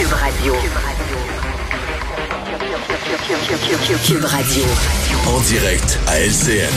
Radio. Cube Radio. En direct à LCN.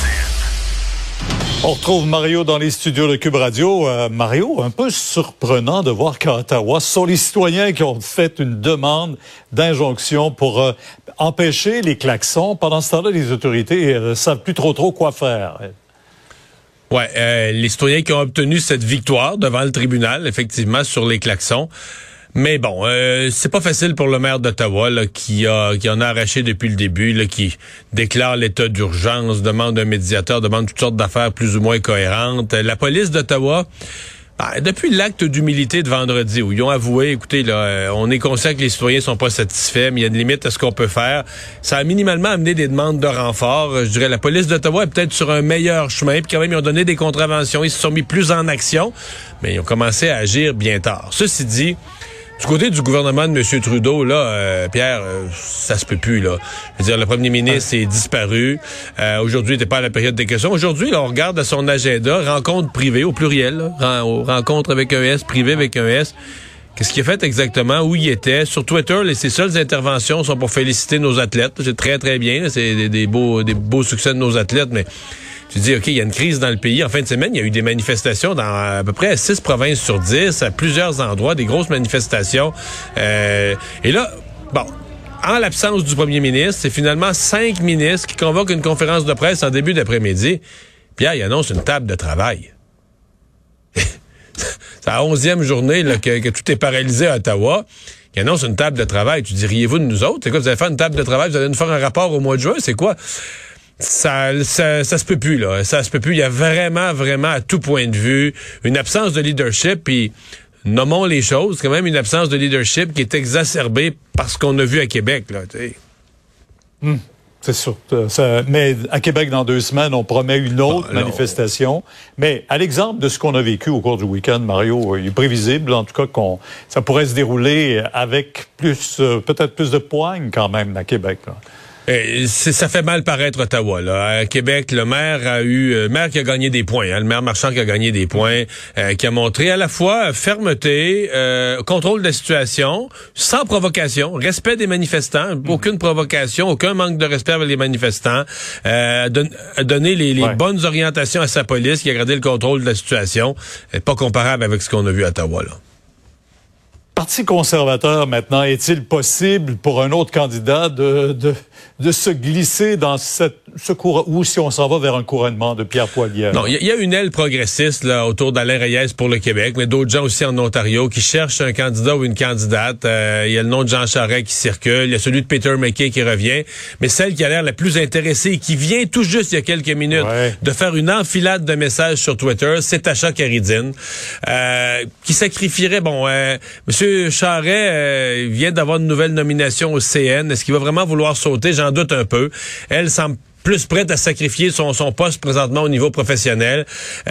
On retrouve Mario dans les studios de Cube Radio. Mario, un peu surprenant de voir qu'à Ottawa, ce sont les citoyens qui ont fait une demande d'injonction pour empêcher les klaxons. Pendant ce temps-là, les autorités ne savent plus trop quoi faire. Ouais, les citoyens qui ont obtenu cette victoire devant le tribunal, effectivement, sur les klaxons. Mais bon, c'est pas facile pour le maire d'Ottawa là, qui en a arraché depuis le début, là, qui déclare l'état d'urgence, demande un médiateur, demande toutes sortes d'affaires plus ou moins cohérentes. La police d'Ottawa, depuis l'acte d'humilité de vendredi, où ils ont avoué, écoutez, là, on est conscient que les citoyens sont pas satisfaits, mais il y a une limite à ce qu'on peut faire. Ça a minimalement amené des demandes de renfort. Je dirais, la police d'Ottawa est peut-être sur un meilleur chemin, puis quand même, ils ont donné des contraventions, ils se sont mis plus en action, mais ils ont commencé à agir bien tard. Ceci dit, du côté du gouvernement de M. Trudeau, là, Pierre, ça se peut plus, là. Je veux dire, le premier ministre est disparu. Aujourd'hui, il n'était pas à la période des questions. Aujourd'hui, là, on regarde à son agenda, rencontre privée, au pluriel, là, rencontre avec un S, privé avec un S. Qu'est-ce qu'il a fait exactement? Où il était? Sur Twitter, ses seules interventions sont pour féliciter nos athlètes. C'est très, très bien. Là. C'est des beaux succès de nos athlètes, mais tu dis, OK, il y a une crise dans le pays. En fin de semaine, il y a eu des manifestations dans à peu près 6 provinces sur 10, à plusieurs endroits, des grosses manifestations. Et là, bon, en l'absence du premier ministre, c'est finalement 5 ministres qui convoquent une conférence de presse en début d'après-midi. Pierre, il annonce une table de travail. C'est la 11e journée là, que tout est paralysé à Ottawa. Il annonce une table de travail. Tu dis, riez-vous de nous autres? C'est quoi, vous allez faire une table de travail? Vous allez nous faire un rapport au mois de juin? C'est quoi? Ça se peut plus, là. Ça se peut plus. Il y a vraiment, à tout point de vue, une absence de leadership, puis nommons les choses, quand même une absence de leadership qui est exacerbée par ce qu'on a vu à Québec, là, tu sais. C'est sûr. Mais à Québec, dans 2 semaines, on promet une autre manifestation. Mais à l'exemple de ce qu'on a vécu au cours du week-end, Mario, il est prévisible, en tout cas, ça pourrait se dérouler avec peut-être plus de poigne quand même à Québec, là. Ça fait mal paraître Ottawa. Là. À Québec, le maire qui a gagné des points, hein, le maire Marchand qui a gagné des points, qui a montré à la fois fermeté, contrôle de la situation, sans provocation, respect des manifestants, aucune provocation, aucun manque de respect avec les manifestants, donner les bonnes orientations à sa police qui a gardé le contrôle de la situation. Pas comparable avec ce qu'on a vu à Ottawa, là. Parti conservateur, maintenant, est-il possible pour un autre candidat de se glisser dans ce courant, ou si on s'en va vers un couronnement de Pierre Poilievre? Non, il y a une aile progressiste là autour d'Alain Reyes pour le Québec, mais d'autres gens aussi en Ontario qui cherchent un candidat ou une candidate. Il y a le nom de Jean Charest qui circule, il y a celui de Peter MacKay qui revient, mais celle qui a l'air la plus intéressée et qui vient tout juste il y a quelques minutes de faire une enfilade de messages sur Twitter, c'est Tasha Caridine, qui sacrifierait, Monsieur Charest vient d'avoir une nouvelle nomination au CN. Est-ce qu'il va vraiment vouloir sauter? J'en doute un peu. Elle semble plus prête à sacrifier son poste présentement au niveau professionnel.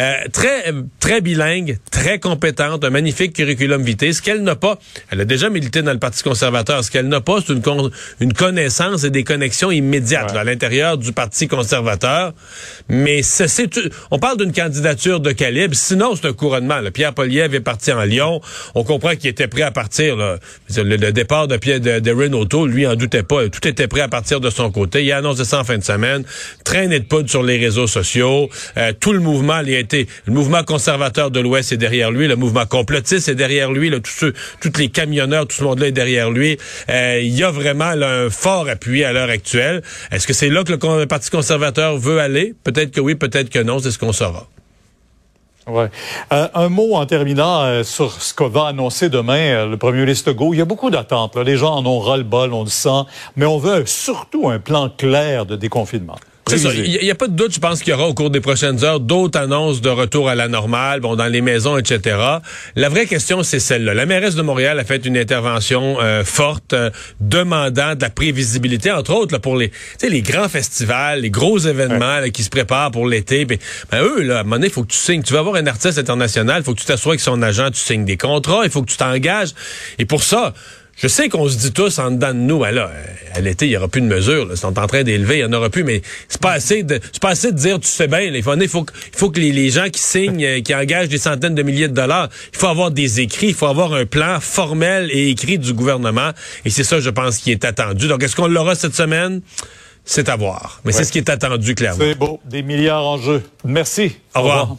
Très bilingue, très compétente, un magnifique curriculum vitae. Ce qu'elle n'a pas, elle a déjà milité dans le Parti conservateur. Ce qu'elle n'a pas, c'est une connaissance et des connexions immédiates là, à l'intérieur du Parti conservateur. Mais on parle d'une candidature de calibre. Sinon, c'est un couronnement. Là. Pierre Poilievre est parti en Lyon. On comprend qu'il était prêt à partir. Là. Le départ de O'Toole, lui, en doutait pas. Tout était prêt à partir de son côté. Il a annoncé ça en fin de semaine. Traînée de poudre sur les réseaux sociaux. Tout le mouvement, le mouvement conservateur de l'Ouest est derrière lui, le mouvement complotiste est derrière lui, là, tous les camionneurs, tout ce monde-là est derrière lui. Il y a vraiment là, un fort appui à l'heure actuelle. Est-ce que c'est là que le Parti conservateur veut aller? Peut-être que oui, peut-être que non, c'est ce qu'on saura. Ouais. Un mot en terminant sur ce qu'on va annoncer demain, le premier ministre Legault. Il y a beaucoup d'attentes. Là. Les gens en ont ras-le-bol, on le sent. Mais on veut surtout un plan clair de déconfinement. C'est ça. Il n'y a pas de doute, je pense qu'il y aura au cours des prochaines heures d'autres annonces de retour à la normale, dans les maisons, etc. La vraie question, c'est celle-là. La mairesse de Montréal a fait une intervention forte, demandant de la prévisibilité, entre autres là, pour les grands festivals, les gros événements là, qui se préparent pour l'été. Eux, là, à un moment donné, il faut que tu signes. Tu vas avoir un artiste international, il faut que tu t'assoies avec son agent, tu signes des contrats, il faut que tu t'engages. Et pour ça, je sais qu'on se dit tous en dedans de nous, là, à l'été, il n'y aura plus de mesures, là, ils sont en train d'élever, il n'y en aura plus, mais c'est pas assez de dire, tu sais bien, là, il faut que les gens qui signent, qui engagent des centaines de milliers de dollars, il faut avoir des écrits, il faut avoir un plan formel et écrit du gouvernement, et c'est ça, je pense, qui est attendu. Donc, est-ce qu'on l'aura cette semaine? C'est à voir. Mais c'est ce qui est attendu, clairement. C'est beau. Des milliards en jeu. Merci. Au revoir.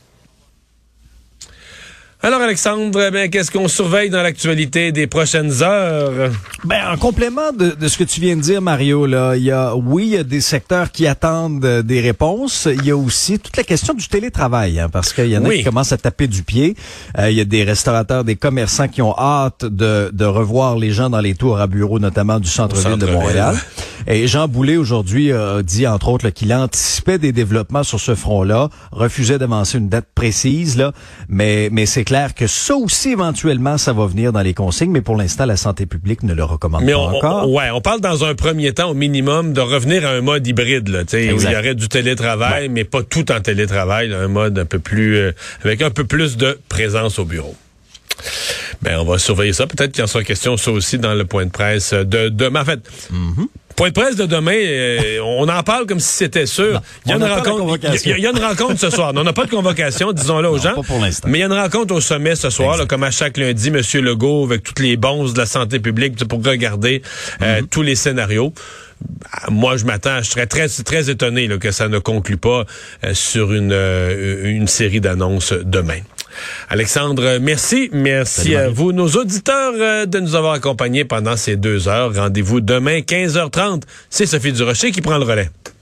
Alors, Alexandre, qu'est-ce qu'on surveille dans l'actualité des prochaines heures? En complément de ce que tu viens de dire, Mario, là, il y a des secteurs qui attendent des réponses. Il y a aussi toute la question du télétravail, parce qu'il y en a qui commencent à taper du pied. Il y a des restaurateurs, des commerçants qui ont hâte de revoir les gens dans les tours à bureaux, notamment du centre-ville de Montréal. Et Jean Boulet, aujourd'hui, a dit, entre autres, qu'il anticipait des développements sur ce front-là, refusait d'avancer une date précise, là, mais c'est clair que ça aussi, éventuellement, ça va venir dans les consignes, mais pour l'instant, la santé publique ne le recommande pas encore. On parle dans un premier temps, au minimum, de revenir à un mode hybride, là, où il y aurait du télétravail, mais pas tout en télétravail, là, un mode un peu plus, avec un peu plus de présence au bureau. On va surveiller ça. Peut-être qu'il en sera question, ça aussi, dans le point de presse de demain. En fait, point de presse de demain, on en parle comme si c'était sûr. Il y a une rencontre ce soir. Non, on n'a pas de convocation, disons-le aux gens. Pas pour l'instant. Mais il y a une rencontre au sommet ce soir, là, comme à chaque lundi, M. Legault, avec toutes les bonzes de la santé publique pour regarder tous les scénarios. Moi, je serais très, très étonné là, que ça ne conclue pas sur une série d'annonces demain. Alexandre, merci. Merci à vous, nos auditeurs, de nous avoir accompagnés pendant ces 2 heures. Rendez-vous demain, 15h30. C'est Sophie Durocher qui prend le relais.